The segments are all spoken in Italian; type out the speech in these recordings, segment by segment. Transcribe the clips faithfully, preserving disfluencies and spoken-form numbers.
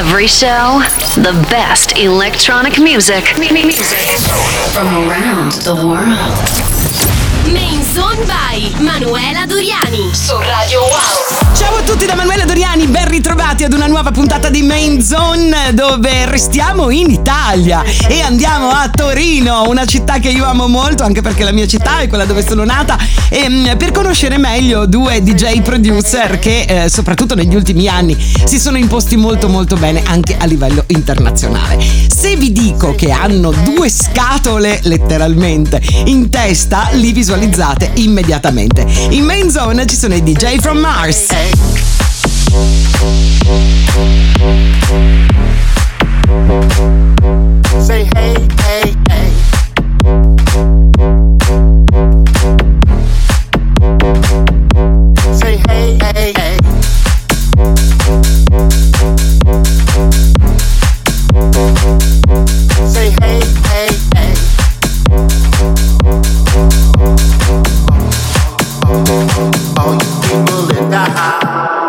Every show, the best electronic music. Music from around the world. Main Zone by Manuela Doriani su Radio Wow. Ciao a tutti da Manuela Doriani, ben ritrovati ad una nuova puntata di Main Zone, dove restiamo in Italia e andiamo a Torino, una città che io amo molto, anche perché la mia città è quella dove sono nata, e per conoscere meglio due D J producer che eh, soprattutto negli ultimi anni si sono imposti molto molto bene anche a livello internazionale. Se vi dico che hanno due scatole letteralmente in testa, li visualizzate immediatamente. In Main Zone ci sono i D J from Mars. Say hey, hey, hey. Say hey, hey, hey. Say hey, hey, hey. All you people in the house.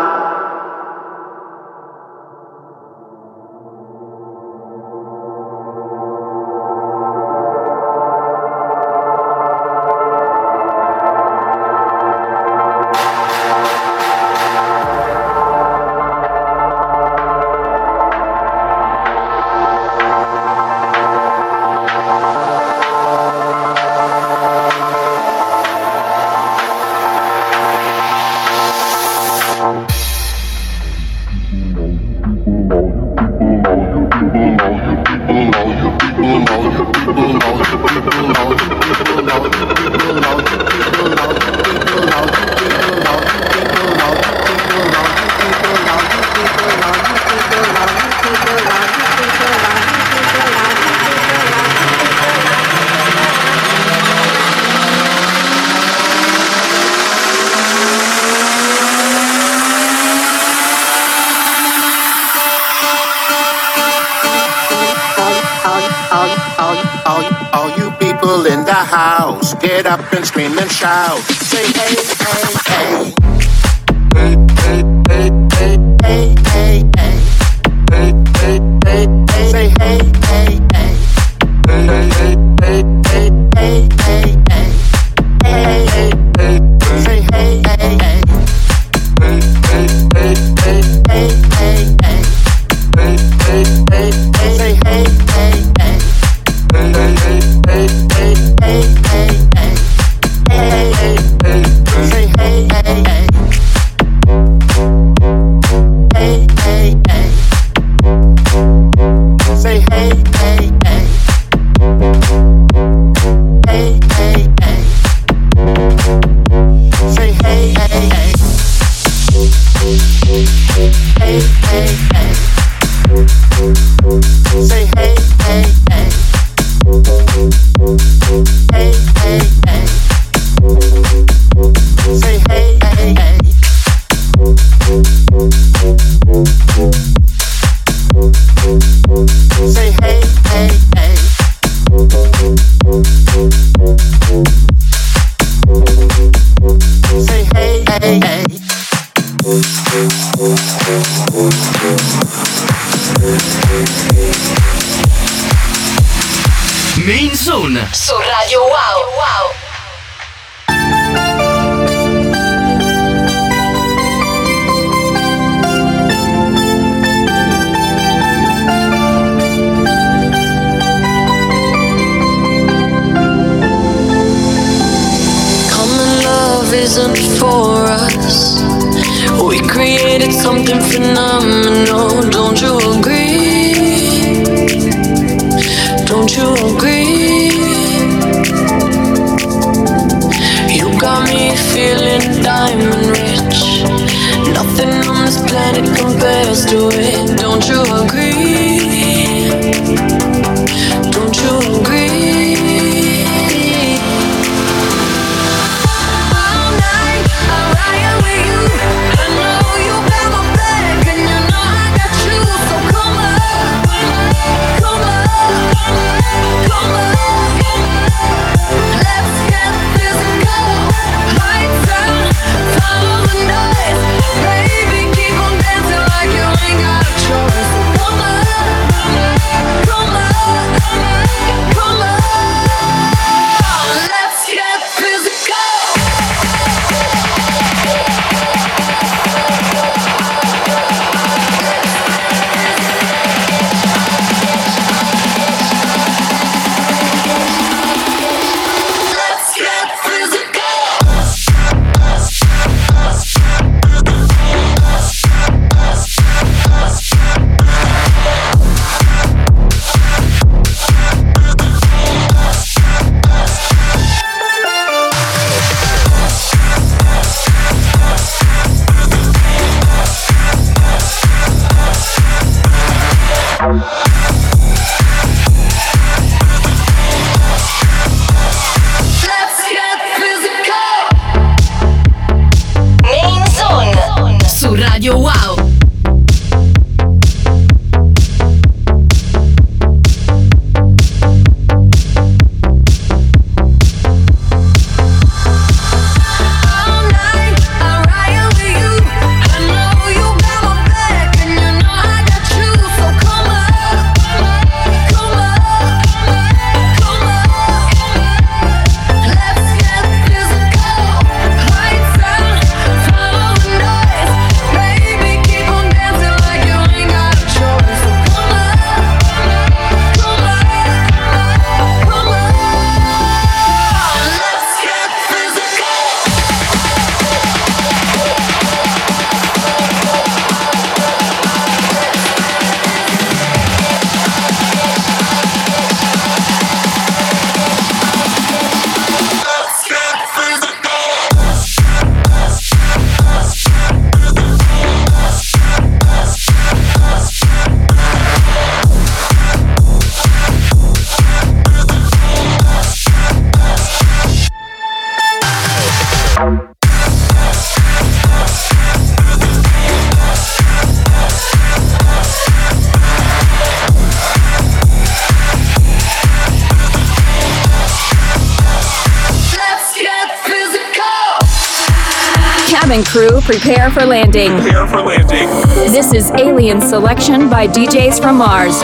In the house, get up and scream and shout. Say hey, hey, hey. Hey, hey, hey, hey. Hey, hey, hey. Hey, hey, hey, hey. Say hey, hey, hey. Hey, hey, hey, hey. Hey, hey, hey. Hey, hey, hey. Say hey, hey, hey. Hey, hey, hey, hey. Hey, hey, hey. Hey, hey, hey, hey. Say hey, hey, hey. Hey, hey, hey, hey. Hey, hey, hey. Hey, hey, hey. Say hey, hey, hey. Hey, hey, hey. Say hey, hey, hey. Hey, hey, hey. Say hey, hey, hey. Hey, hey, hey. Say hey, hey, hey. Hey, hey, hey. Say hey, hey, hey. Say hey, hey, hey. Say hey, hey, hey. Main Zone su Radio Wow. Wow. Common love isn't for us. We created something phenomenal. Don't you agree? Don't you agree? You got me feeling diamond rich. Nothing on this planet compares to it. Don't you agree? Don't you agree? All night I'll ride with you. I know you got my back and you know I got you. So come on, come on, come on. Let's get physical. Lights out, follow the noise. Baby, keep on dancing like you ain't got a choice. su Radio Wow. Cabin crew, prepare for landing. Prepare for landing. This is Alien Selection by D Js from Mars.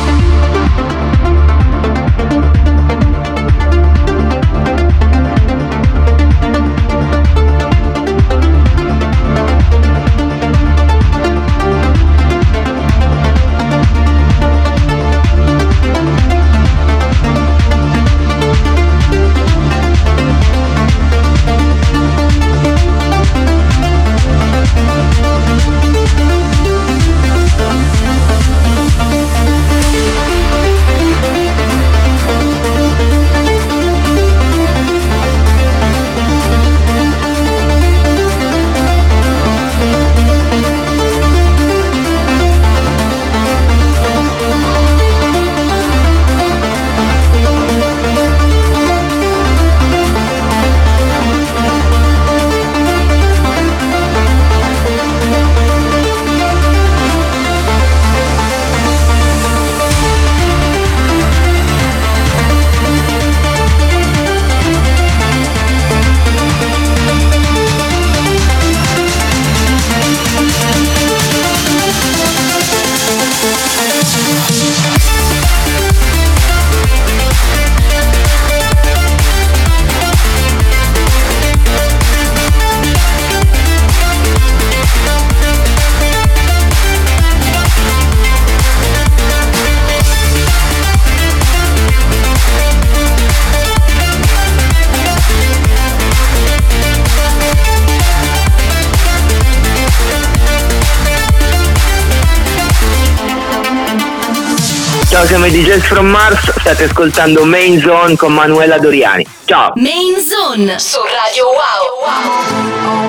Ciao, siamo i D Js from Mars, state ascoltando Main Zone con Manuela Doriani. Ciao! Main Zone su Radio Wow.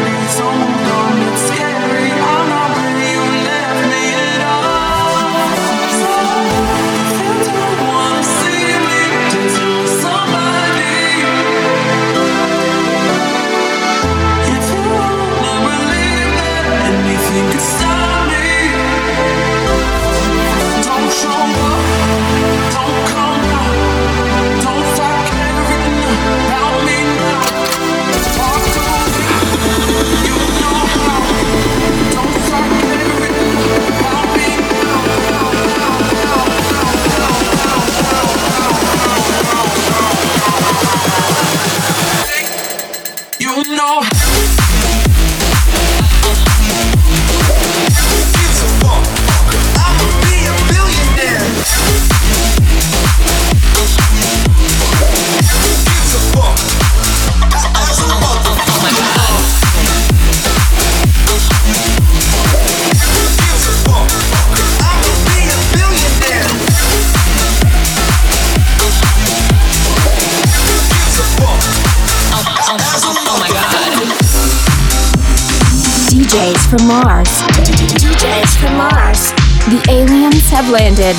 D Js from Mars. D Js from Mars. The aliens have landed.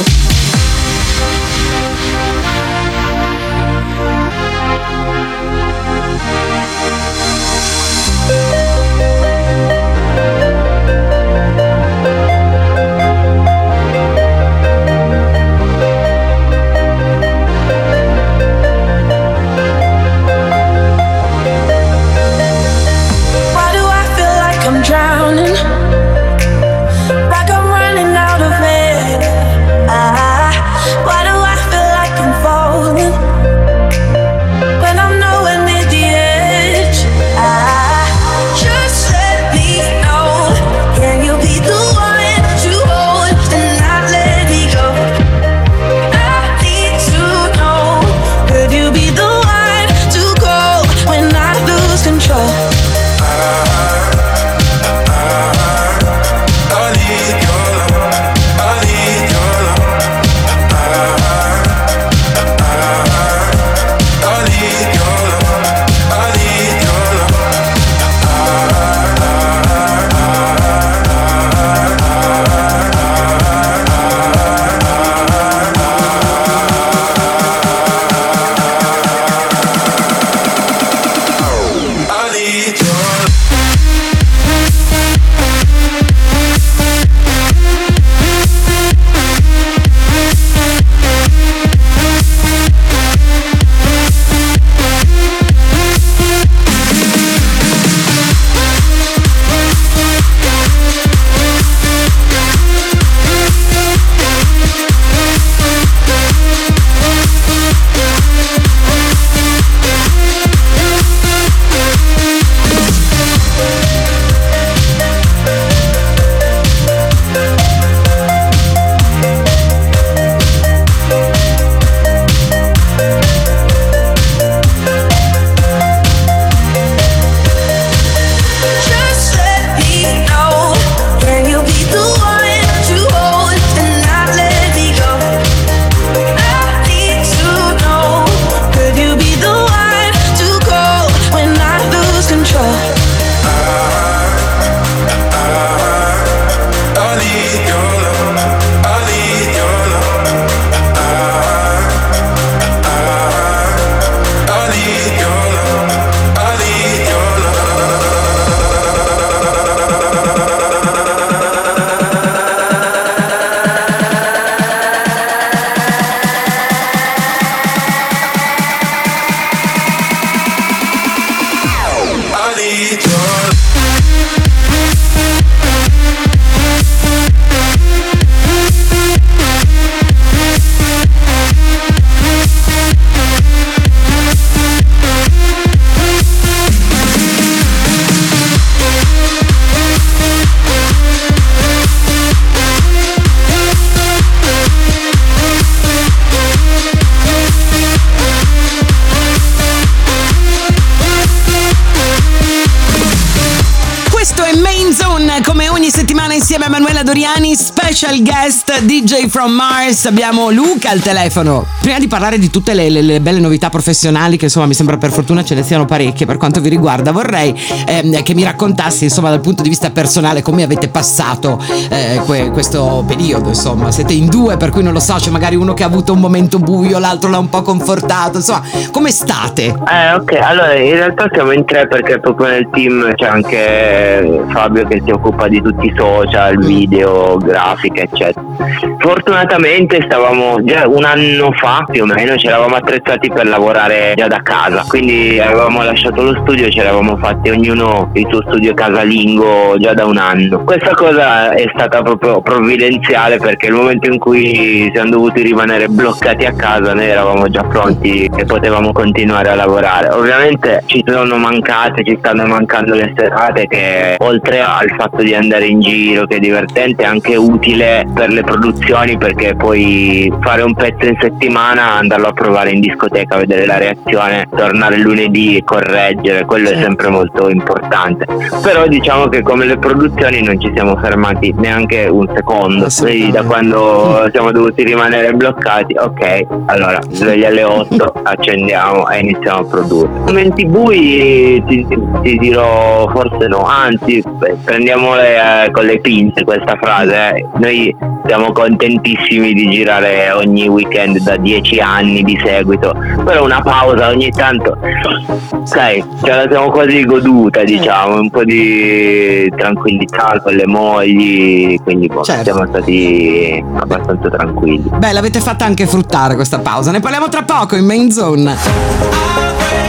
Main Zone, come ogni settimana insieme a Manuela Doriani, special guest D J from Mars. Abbiamo Luca al telefono. Prima di parlare di tutte le, le, le belle novità professionali, che insomma mi sembra per fortuna ce ne siano parecchie per quanto vi riguarda, vorrei ehm, che mi raccontassi insomma dal punto di vista personale come avete passato eh, que- questo periodo. Insomma siete in due, per cui non lo so, c'è magari uno che ha avuto un momento buio, l'altro l'ha un po' confortato, insomma come state? Eh ok, allora in realtà siamo in tre perché proprio nel team c'è anche Fabio che si occupa di tutti i social, video, grafica eccetera. Fortunatamente stavamo già un anno fa più o meno, ci eravamo attrezzati per lavorare già da casa, quindi avevamo lasciato lo studio e ci eravamo fatti ognuno il suo studio casalingo già da un anno. Questa cosa è stata proprio provvidenziale perché il momento in cui siamo dovuti rimanere bloccati a casa noi eravamo già pronti e potevamo continuare a lavorare. Ovviamente ci sono mancate, ci stanno mancando le serate, che oltre al fatto di andare in giro che è divertente è anche utile per le produzioni, perché puoi fare un pezzo in settimana, andarlo a provare in discoteca, vedere la reazione, tornare lunedì e correggere, quello è sempre molto importante. Però diciamo che come le produzioni non ci siamo fermati neanche un secondo. Quindi da quando siamo dovuti rimanere bloccati, ok, allora sveglia alle otto, accendiamo e iniziamo a produrre. Momenti bui ti, ti dirò forse no, anzi beh, prendiamole eh, con le pinze questa frase, eh. Noi siamo contentissimi di girare ogni weekend da dieci anni di seguito, però una pausa ogni tanto, sai, ce la siamo quasi goduta, diciamo, un po' di tranquillità con le mogli, quindi boh, Certo. siamo stati abbastanza tranquilli. Beh, l'avete fatta anche fruttare questa pausa. Ne parliamo tra poco in Main Zone.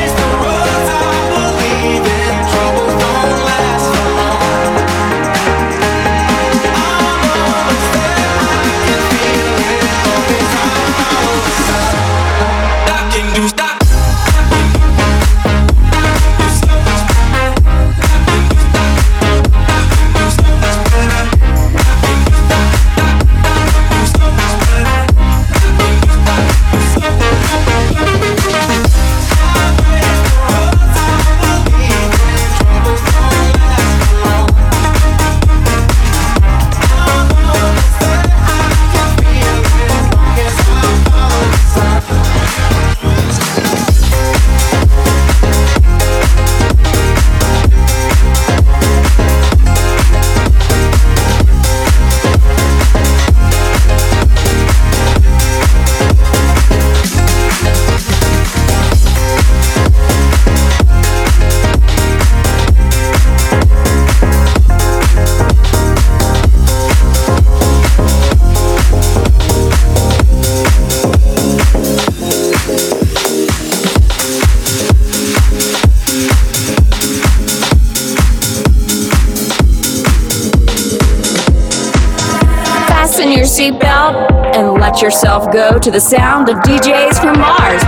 Fasten your seatbelt and let yourself go to the sound of D Js from Mars.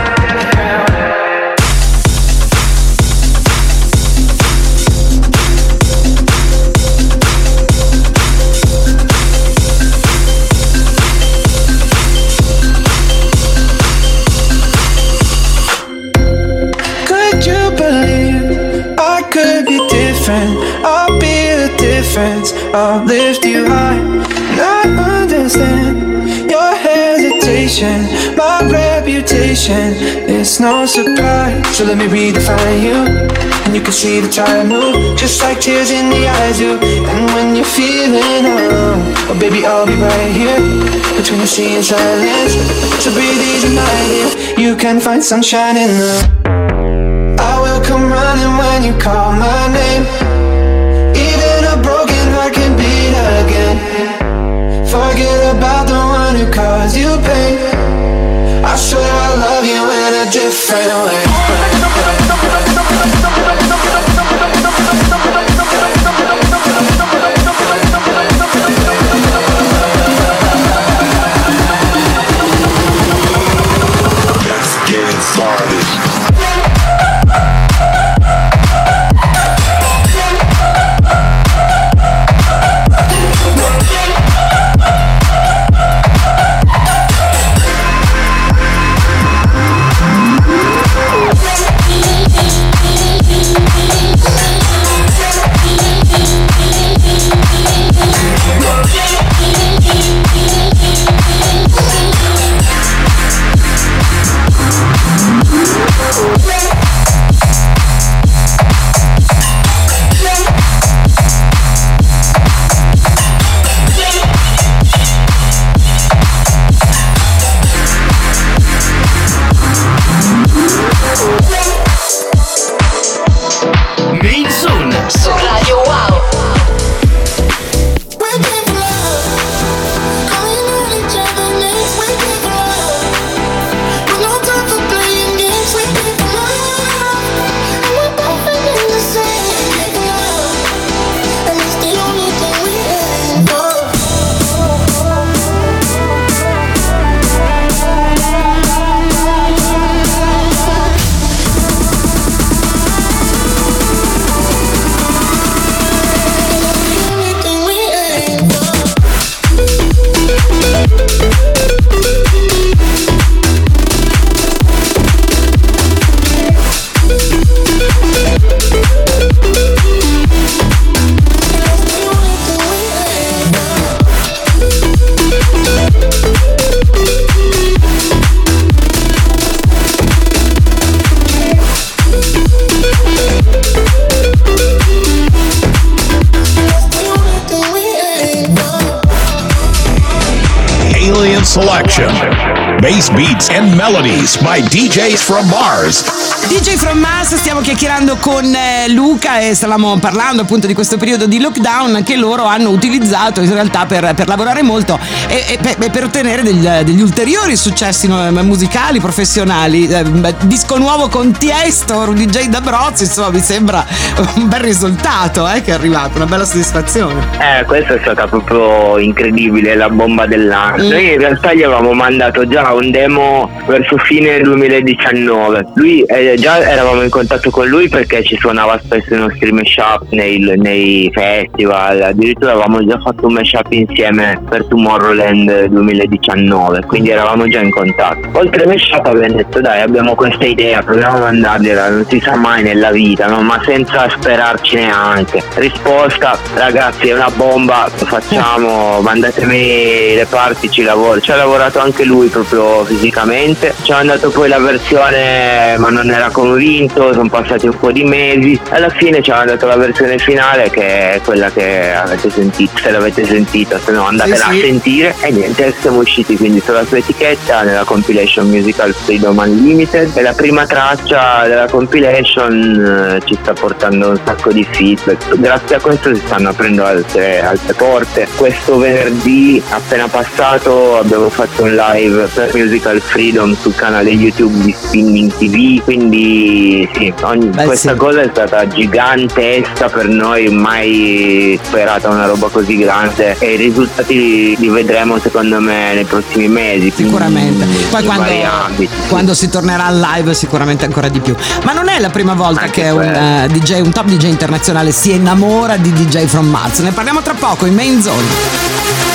Could you believe I could be different? I'll be the difference. I'll lift you high. And I understand your hesitation, my reputation. It's no surprise. So let me redefine you. And you can see the tide move, just like tears in the eyes do. And when you're feeling alone, oh baby, I'll be right here between the sea and silence. So breathe easy, my dear. You can find sunshine in the. I will come running when you call my name. Even a broken heart can beat again. Forget about the one who caused you pain. I swear I love you in a different way. Just getting started. selection. Bass beats and melodies by D Js from Mars. D J from Mars, stiamo chiacchierando con eh, Luca e stavamo parlando appunto di questo periodo di lockdown che loro hanno utilizzato in realtà per, per lavorare molto e, e per, per ottenere degli, degli ulteriori successi no, musicali, professionali. Eh, disco nuovo con Tiesto, D J D'Abrozzi, insomma mi sembra un bel risultato eh, che è arrivato, una bella soddisfazione. Eh, questa è stata proprio incredibile, la bomba dell'anno. Mm. Noi in realtà gli avevamo mandato già un demo verso fine duemiladiciannove. Lui eh, già eravamo in contatto con lui perché ci suonava spesso i nostri mashup nei, nei festival, addirittura avevamo già fatto un mashup insieme per Tomorrowland duemiladiciannove, quindi eravamo già in contatto. Oltre al mashup abbiamo detto dai, abbiamo questa idea, proviamo a mandargliela, non si sa mai nella vita, no? Ma senza sperarci neanche. Risposta: ragazzi, è una bomba, lo facciamo, mandatemi le parti, ci lavoro. Ci ha lavorato anche lui proprio fisicamente, ci ha mandato poi la versione ma non era convinto, sono passati un po' di mesi, alla fine ci ha mandato la versione finale che è quella che avete sentito, se l'avete sentita, se no andatela Sì, sì. a sentire. E niente, siamo usciti quindi sulla sua etichetta nella compilation Musical Freedom Unlimited e la prima traccia della compilation eh, ci sta portando un sacco di feedback. Grazie a questo si stanno aprendo altre, altre porte. Questo venerdì appena passato abbiamo fatto un live per Musical Freedom sul canale YouTube di Spinning T V, quindi sì, ogni, Beh, questa sì. cosa è stata gigantesca per noi, mai sperata una roba così grande, e i risultati li, li vedremo secondo me nei prossimi mesi. Sicuramente. quindi Poi in quando, vari ambiti, sì. quando si tornerà al live sicuramente ancora di più. Ma non è la prima volta Anche che un quello. eh, D J, un top D J internazionale si innamora di D J from Mars. Ne parliamo tra poco in Main Zone.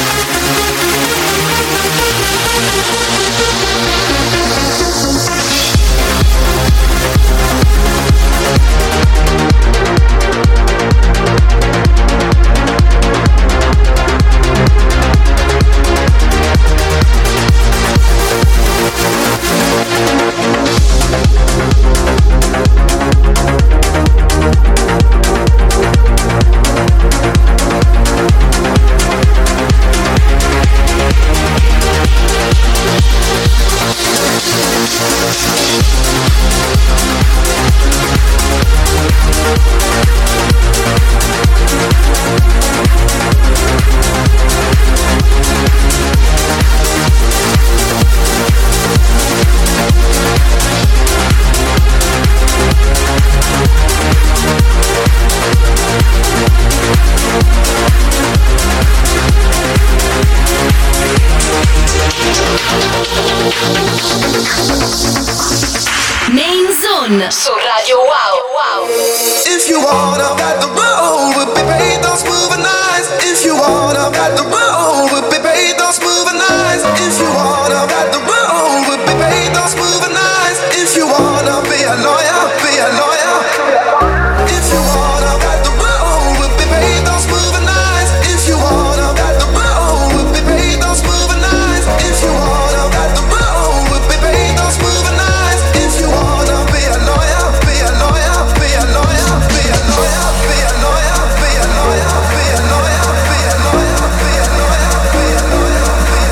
Main Zone su Radio Wow. If you wanna got the road with baby, those moving eyes. If you wanna got the road with baby, those moving eyes. If you wanna got the road with baby, those moving eyes. If you wanna be a lawyer, be a lawyer. If you wanna got the road with baby, those moving eyes. If you wanna got the road with baby, those moving eyes. If you wanna got the road with baby, those moving eyes. If you wanna be a lawyer, be a lawyer, be a lawyer, be a lawyer, be a lawyer, be a lawyer, be a lawyer, be a lawyer, be a lawyer, be a lawyer,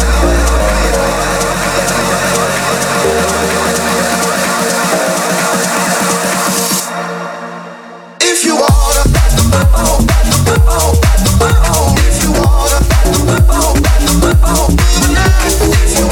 if you wanna if you wanna if you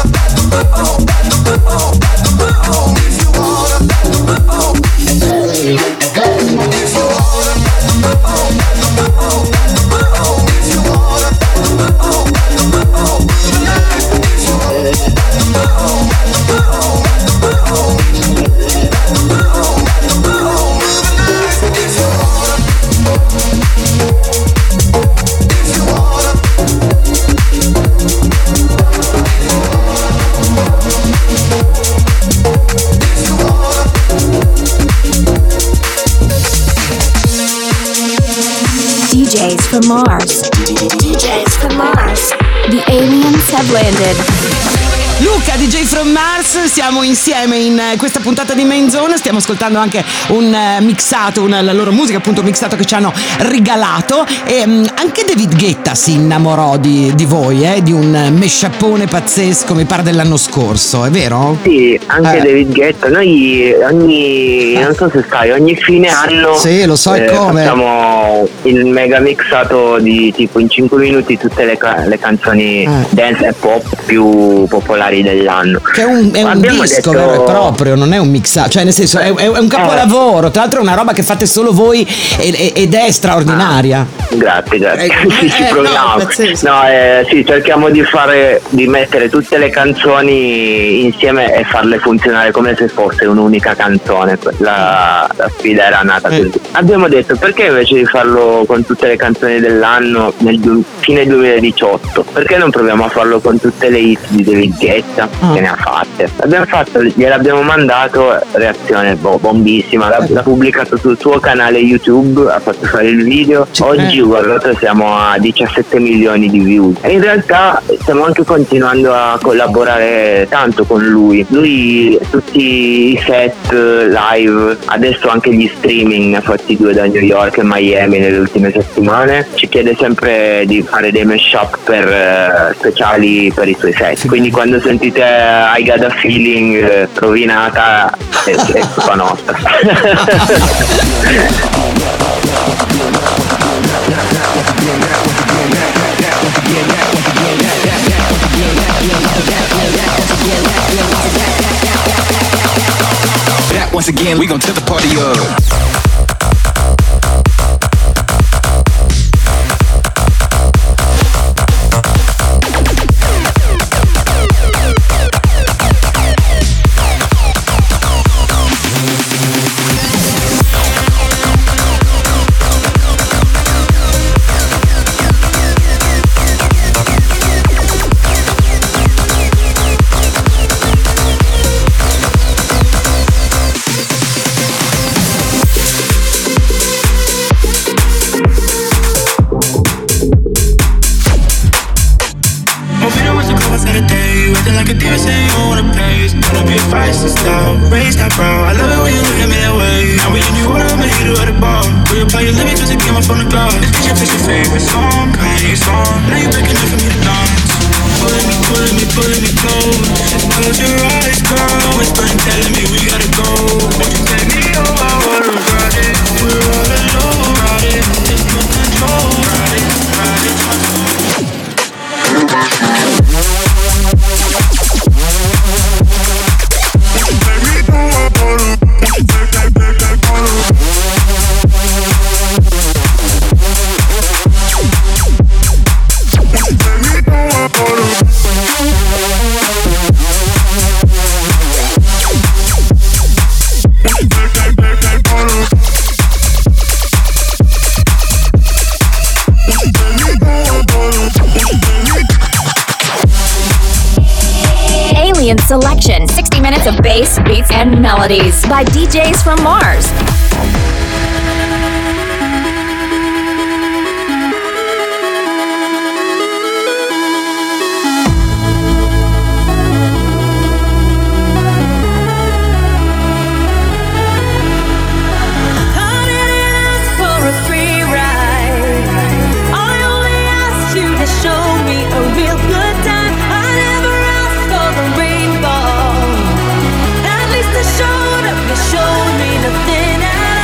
D Js from Mars. D Js from Mars. The aliens have landed. Luca, D J from Mars, siamo insieme in eh, questa puntata di Main Zone, stiamo ascoltando anche un eh, mixato, una, la loro musica appunto mixato che ci hanno regalato e mh, anche David Guetta si innamorò di, di voi, eh, di un eh, meshapone pazzesco, mi pare dell'anno scorso, è vero? Sì, anche Eh. David Guetta. Noi ogni, non so se sai, ogni fine anno Sì, lo so, e eh, come? facciamo il mega mixato di tipo in cinque minuti tutte le, ca- le canzoni Eh. dance e pop più popolari dell'anno. Che è un, è un Abbiamo disco detto- vero e proprio, non è un mixato, cioè nel senso è, è un capolavoro, tra l'altro è una roba che fate solo voi e- e- ed è straordinaria. Grazie, grazie. Eh, Sì, ci eh, proviamo. no, pazzesco. No, eh, sì, cerchiamo di fare, di mettere tutte le canzoni insieme e farle funzionare come se fosse un'unica canzone. La, la sfida era nata Eh. così. Abbiamo detto perché invece di farlo con tutte le canzoni dell'anno nel du- fine duemiladiciotto, perché non proviamo a farlo con tutte le hit di David Guetta Ah. che ne ha fatte. L'abbiamo fatto, gliel'abbiamo mandato, reazione bo- bombissima, l'ha, l'ha pubblicato sul suo canale YouTube, ha fatto fare il video. Ci Oggi credo. guardate siamo a diciassette milioni di views e in realtà stiamo anche continuando a collaborare tanto con lui. Lui tutti i set live, adesso anche gli streaming ne ha fatti due da New York e Miami nelle ultime settimane, ci chiede sempre di fare dei mashup per eh, speciali per i suoi set. Quindi quando sentite I Got a Feeling eh, rovinata è, è colpa nostra. Back once again, we gon' tip the party up. Hope you don't want to call us at a day. Acting like a deer saying you want a pace. Wanna be a feisty style, raise that brow. I love it when you look at me that way. Now we in you order, I'm a hater at the bar. We apply your limit, just a game up on the glass. This bitch, I play your favorite song, Kanye song. Now you breaking up for me to dance. Pulling me, pulling me, pulling me close. Close your eyes, girl. Whispering, telling me we gotta go. Won't you take me over? I wanna ride it. We're all alone, ride it. Just no control, ride it, ride it. Alien Selection, sixty minutes of bass, beats, and melodies by D Js from Mars. I didn't ask for a free ride. I only asked you to show me a real good time. I never asked for the rainbow. At least I showed up. You showed me nothing at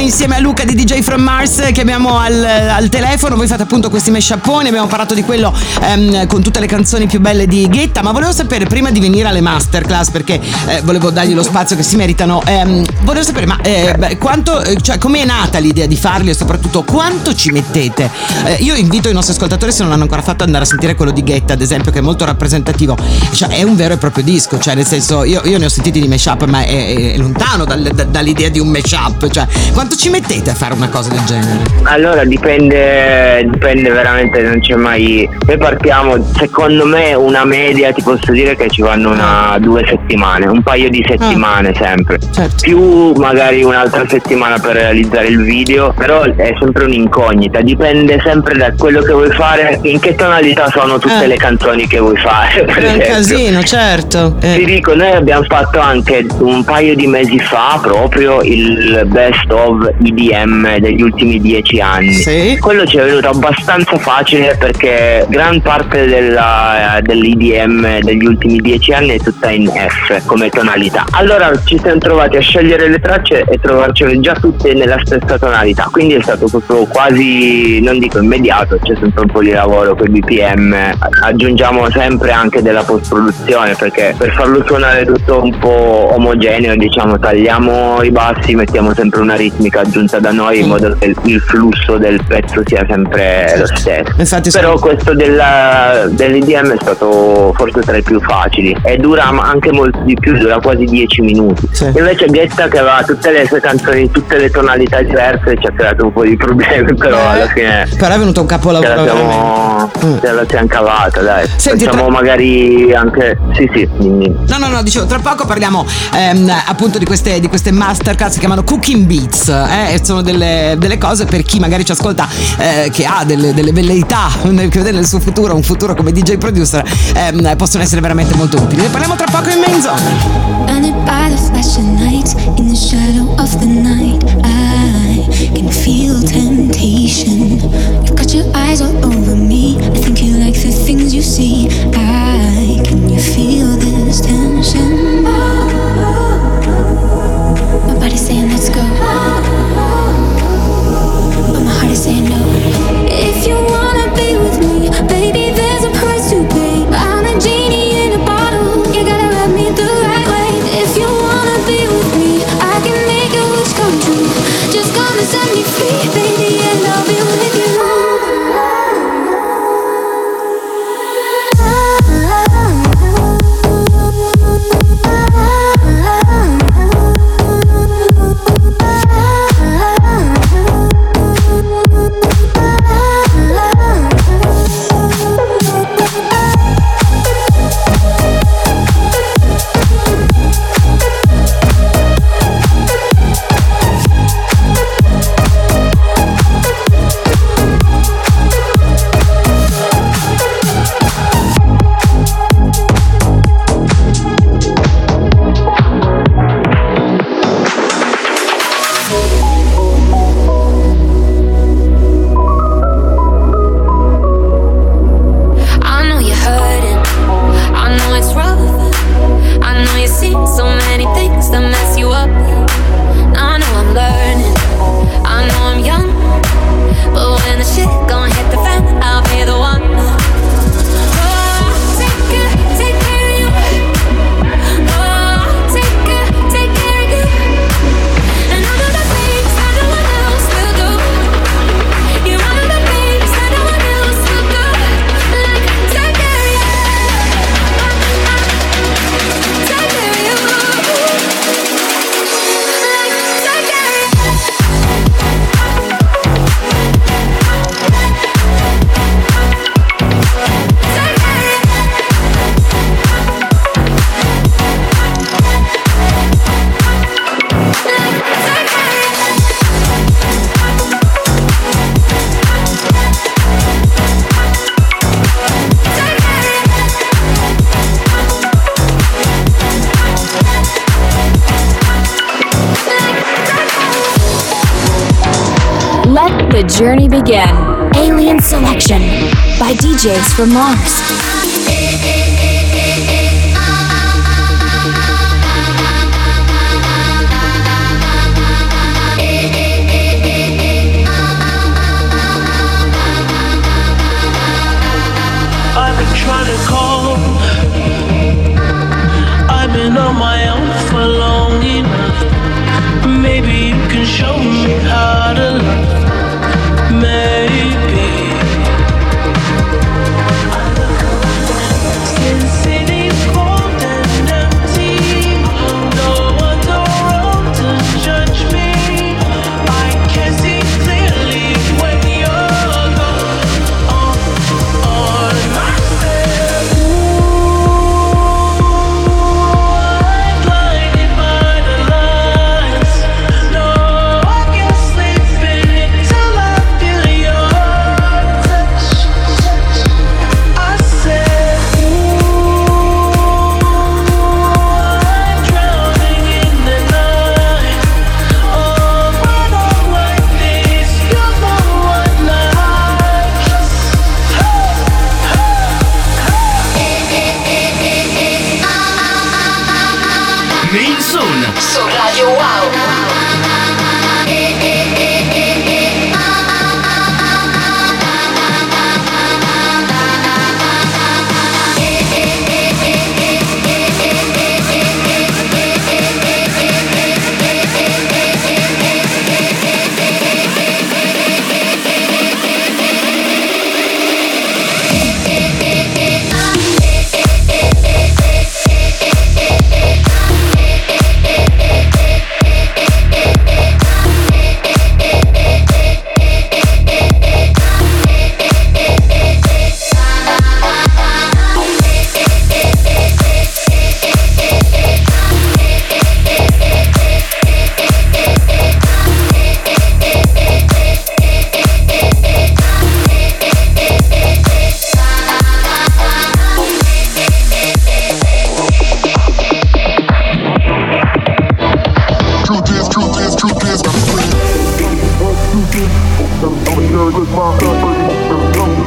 insieme a Luca di D J From Mars che abbiamo al, al telefono. Voi fate appunto questi mashupponi, abbiamo parlato di quello ehm, con tutte le canzoni più belle di Guetta, ma volevo sapere, prima di venire alle masterclass, perché eh, volevo dargli lo spazio che si meritano, ehm, volevo sapere ma eh, beh, quanto, cioè com'è nata l'idea di farli e soprattutto quanto ci mettete? Eh, io invito i nostri ascoltatori, se non l'hanno ancora fatto, ad andare a sentire quello di Guetta, ad esempio, che è molto rappresentativo, cioè è un vero e proprio disco, cioè nel senso io, io ne ho sentiti di mashup, ma è, è lontano dal, da, dall'idea di un mashup, cioè quanto ci mettete a fare una cosa del genere? Allora dipende, dipende veramente, non c'è mai. Noi partiamo, secondo me una media ti posso dire che ci vanno una due settimane, un paio di settimane ah. sempre, certo. Più magari un'altra settimana per realizzare il video, però è sempre un'incognita, dipende sempre da quello che vuoi fare, in che tonalità sono tutte eh. le canzoni che vuoi fare. Per è un esempio. casino, certo. Eh. Ti dico, noi abbiamo fatto anche un paio di mesi fa proprio il best of E D M degli ultimi dieci anni. Sì. Quello ci è venuto abbastanza facile perché gran parte della, dell'E D M degli ultimi dieci anni è tutta in F come tonalità. Allora ci siamo trovati a scegliere le tracce e trovarcele già tutte nella stessa tonalità, quindi è stato proprio quasi, non dico immediato, c'è sempre un po' di lavoro con i B P M, aggiungiamo sempre anche della post produzione perché per farlo suonare tutto un po' omogeneo, diciamo, tagliamo i bassi, mettiamo sempre una ritmica aggiunta da noi in modo che il flusso del pezzo sia sempre lo stesso. Infatti però sono... questo della, dell'E D M è stato forse tra i più facili e dura anche molto di più, dura quasi dieci minuti. Sì. Invece Guetta, che aveva tutte le sue canzoni in tutte le tonalità diverse, ci ha creato un po' di problemi, però eh, alla fine però è venuto un capolavoro, ce la siamo, mm. ce la siamo cavata, dai. Senti, facciamo tra... magari anche sì sì dimmi. no no no dicevo, tra poco parliamo ehm, appunto di queste, di queste masterclass, si chiamano Cooking Beats, eh, e sono delle, delle cose per chi magari ci ascolta, eh, che ha delle, delle velleità, che vede nel suo futuro un futuro come D J producer, ehm, possono essere veramente molto utili. Ne parliamo tra poco in Main Zone. Blinded by the flashing lights in the shadow of the night, I can feel temptation. You've got your eyes all over me. I think you like the things you see. I can you feel this tension? My body's saying let's go, but my heart is saying no. If you wanna be with me, baby, there's a price to pay. I'm a genie in a bottle. You gotta rub me the right way. If you wanna be with me, I can make your wish come true. Just come and set me free, baby, and I'll be with you. The journey began. Alien Selection by D Js from Mars.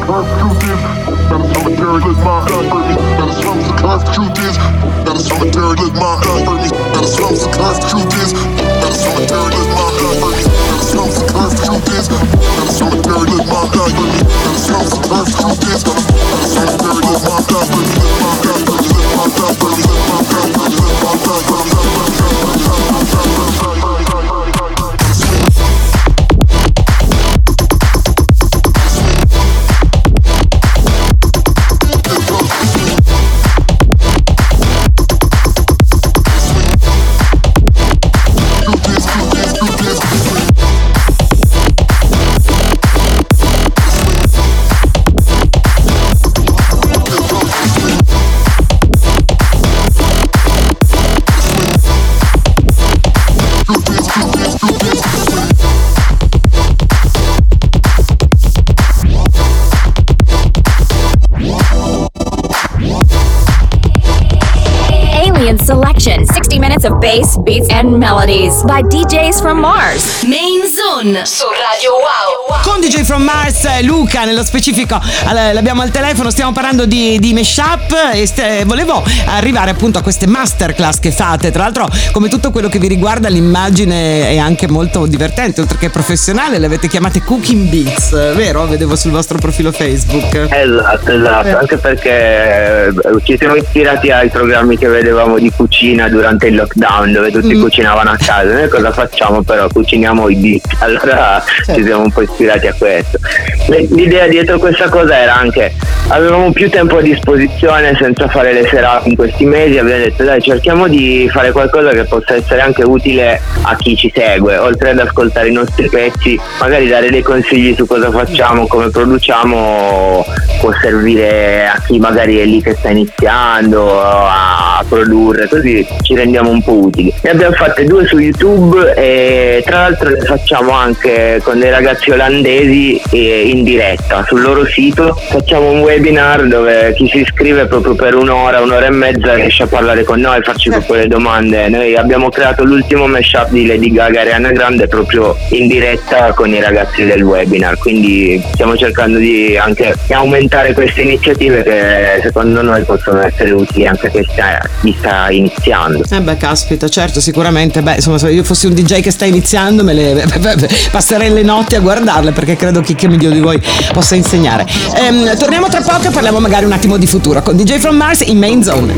Selection, sixty minutes of bass, beats and melodies by D Js from Mars. Main Zone su Radio Wow. Con D J from Mars, Luca nello specifico, allora, l'abbiamo al telefono, stiamo parlando di, di mashup e st- volevo arrivare appunto a queste masterclass che fate. Tra l'altro, come tutto quello che vi riguarda, l'immagine è anche molto divertente, oltre che professionale. Le avete chiamate Cooking Beats, vero? Vedevo sul vostro profilo Facebook. Esatto, esatto, eh. Anche perché eh, ci siamo ispirati ai programmi che vedevamo di cucina durante il lockdown, dove tutti mm. cucinavano a casa. Noi cosa facciamo però? Cuciniamo i beat. Allora certo. Ci siamo un po' ispirati a questo. L'idea dietro questa cosa era anche, avevamo più tempo a disposizione senza fare le serate in questi mesi, abbiamo detto dai, cerchiamo di fare qualcosa che possa essere anche utile a chi ci segue, oltre ad ascoltare i nostri pezzi, magari dare dei consigli su cosa facciamo, come produciamo, può servire a chi magari è lì che sta iniziando a produrre, così ci rendiamo un po' utili. Ne abbiamo fatte due su YouTube e tra l'altro le facciamo anche con dei ragazzi olandesi in diretta sul loro sito. Facciamo un webinar dove chi si iscrive proprio per un'ora, un'ora e mezza riesce a parlare con noi, farci proprio le domande. Noi abbiamo creato l'ultimo mashup di Lady Gaga e Ariana Grande proprio in diretta con i ragazzi del webinar, quindi stiamo cercando di anche aumentare queste iniziative che secondo noi possono essere utili anche a chi sta, chi sta iniziando. Eh beh, caspita, certo, sicuramente. Beh, insomma, se io fossi un D J che sta iniziando, me le passerei le notti a guardarle, perché credo che chi meglio di voi possa insegnare. Ehm, torniamo tra poco e parliamo magari un attimo di futuro con D J from Mars in Main Zone.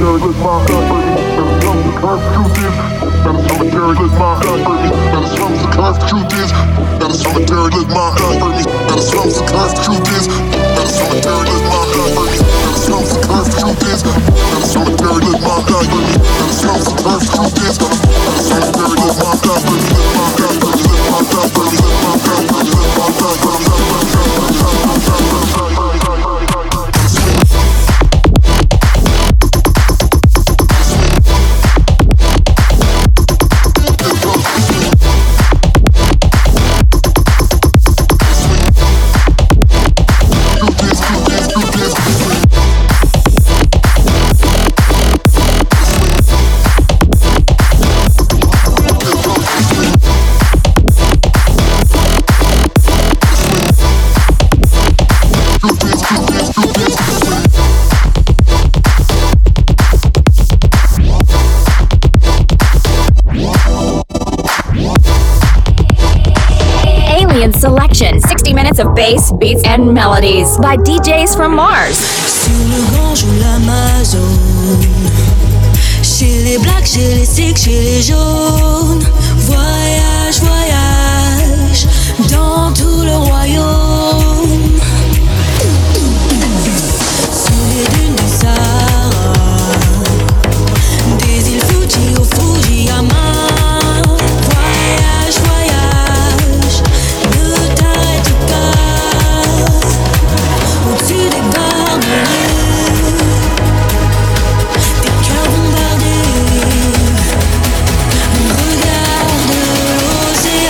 Selection, sixty minutes of bass, beats and melodies by D Js from Mars. Sur le Gange ou l'Amazone, chez les blacks, chez les sikhs, chez les jaunes, voyage, voyage dans tout le royaume. Sous les dunes du Sahara, des îles Fuji au Fujiyama. Regarde l'océan.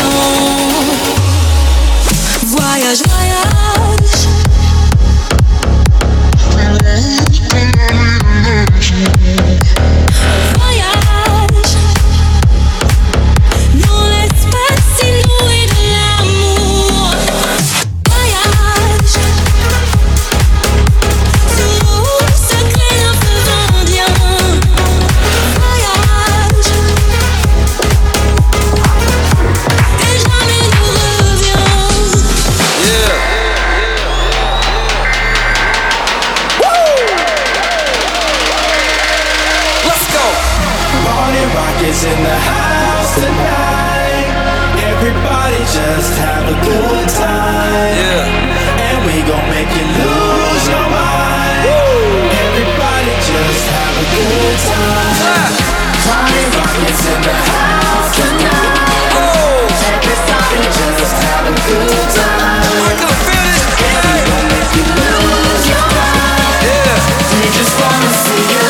a good time. Yeah. And we gon' make you lose your mind. Woo. Everybody just have a good time. Party rockets in the house tonight. Oh. Everybody just have a good time. I can feel it. And we gon' make you lose your mind. Yeah. We just wanna see you.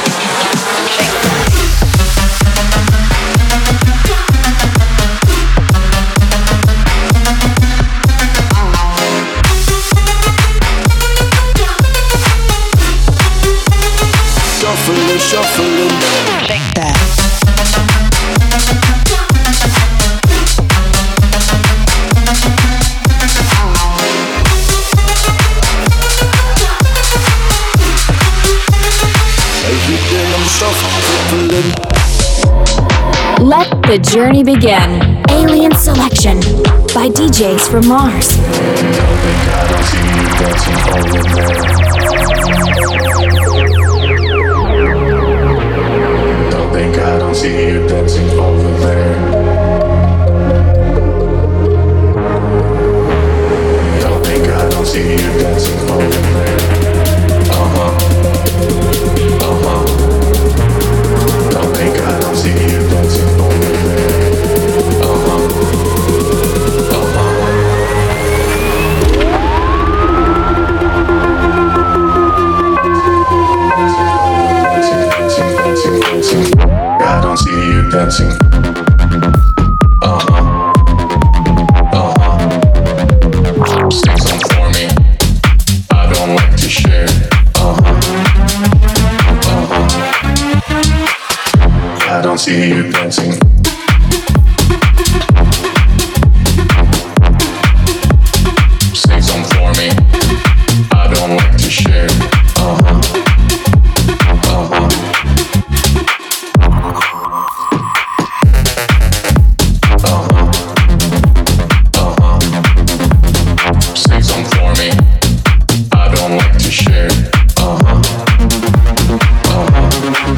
Shuffling, shuffling. Shake that. Everything I'm shuffling. Let the journey begin. Alien Selection by D Js from Mars. I don't see you dancing over there. Don't think I don't see you dancing over there. Don't think I don't see you dancing over there. Uh-huh. Uh-huh. Don't think I don't see you dancing over there. Uh-huh. Uh-huh. I don't see you dancing. Uh-huh. Uh-huh. Say something for me. I don't like to share. Uh-huh. Uh-huh. I don't see you dancing. Say something for me. I don't like to share. Uh-huh. Uh-huh. Say something for me. I don't like to share. Uh-huh. Uh-huh.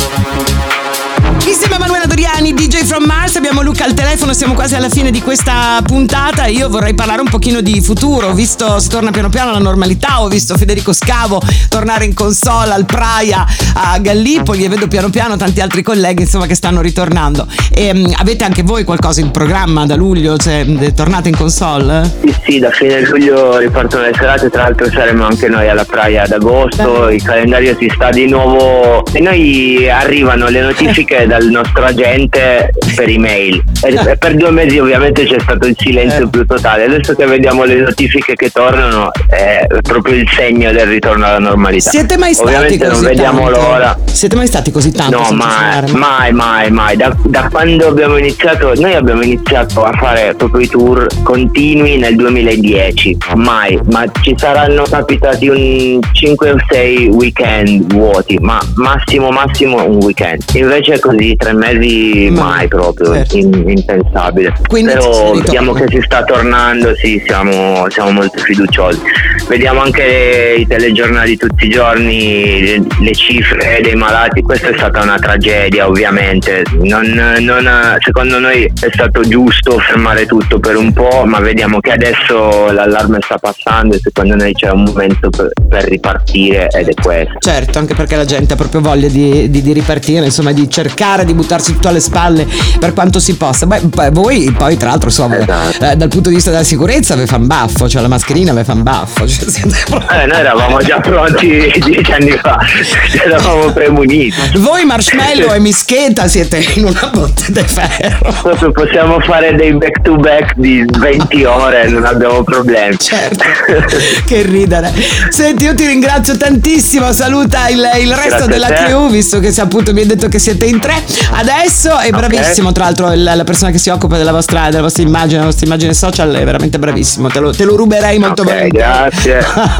Insieme a Manuela Doriani, D J from Mars, abbiamo Luca al telefono, siamo quasi alla fine di questa puntata. Io vorrei parlare un pochino di futuro, ho visto si torna piano piano alla normalità, ho visto Federico Scavo tornare in console al Praia a Gallipoli e vedo piano piano tanti altri colleghi insomma che stanno ritornando. E, um, avete anche voi qualcosa in programma da luglio? Cioè, tornate in console? Sì, sì, da fine luglio ripartono le serate, tra l'altro saremo anche noi alla Praia ad agosto, il calendario si sta di nuovo e noi arrivano le notifiche dal nostro agente per email e per due mesi ovviamente c'è stato il silenzio più totale. Adesso che vediamo le notifiche che tornano è proprio il segno del ritorno alla normalità. Siete mai stati ovviamente così non vediamo tanto? l'ora. Siete mai stati così tanto? No, senza mai, suonare? mai, mai, mai. Da, da quando abbiamo iniziato, noi abbiamo iniziato a fare proprio i tour continui nel duemiladieci, mai, ma ci saranno capitati un cinque o sei weekend vuoti, ma massimo massimo un weekend. Invece così tre mesi Ma- mai proprio, certo. in- impensabile. Quindi ci si Però ritorna. vediamo che si sta tornando, sì, siamo, siamo molto fiduciosi. Vediamo anche i telegiornali tutti i giorni, le, le cifre dei malati. Questa è stata una tragedia, ovviamente. Non, non, secondo noi è stato giusto fermare tutto per un po', ma vediamo che adesso l'allarme sta passando e secondo noi c'è un momento per, per ripartire ed è questo. Certo, anche perché la gente ha proprio voglia di, di, di ripartire, insomma, di cercare di buttarsi tutto alle spalle per quanto si possa. Beh, poi- voi poi tra l'altro insomma, Esatto. eh, dal punto di vista della sicurezza vi fan baffo, cioè la mascherina vi fan baffo, cioè siete proprio- Eh, noi eravamo già pronti dieci anni fa, eravamo premuniti. Voi marshmallow e mischeta siete in una botte di ferro. Proprio possiamo fare dei back to back di venti ore, non abbiamo problemi. Certo, che ridere. Senti, io ti ringrazio tantissimo, saluta il, il resto Grazie della a te. crew, visto che se appunto mi hai detto che siete in tre adesso, è bravissimo, tra l'altro il- la persona che si occupa della vostra, della vostra immagine, della vostra immagine social è veramente bravissimo, te lo, te lo ruberei molto Ok, bene. grazie.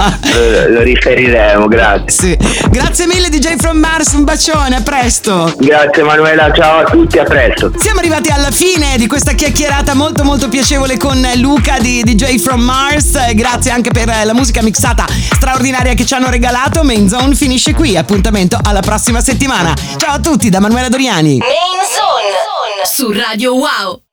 lo, lo riferiremo, grazie. Sì. Grazie mille D J from Mars, un bacione, a presto. Grazie Manuela, ciao a tutti, a presto. Siamo arrivati alla fine di questa chiacchierata molto molto piacevole con Luca di D J from Mars. Eh, Grazie anche per la musica mixata straordinaria che ci hanno regalato. Main Zone finisce qui, appuntamento alla prossima settimana. Ciao a tutti da Manuela Doriani. Main Zone su Radio Wow.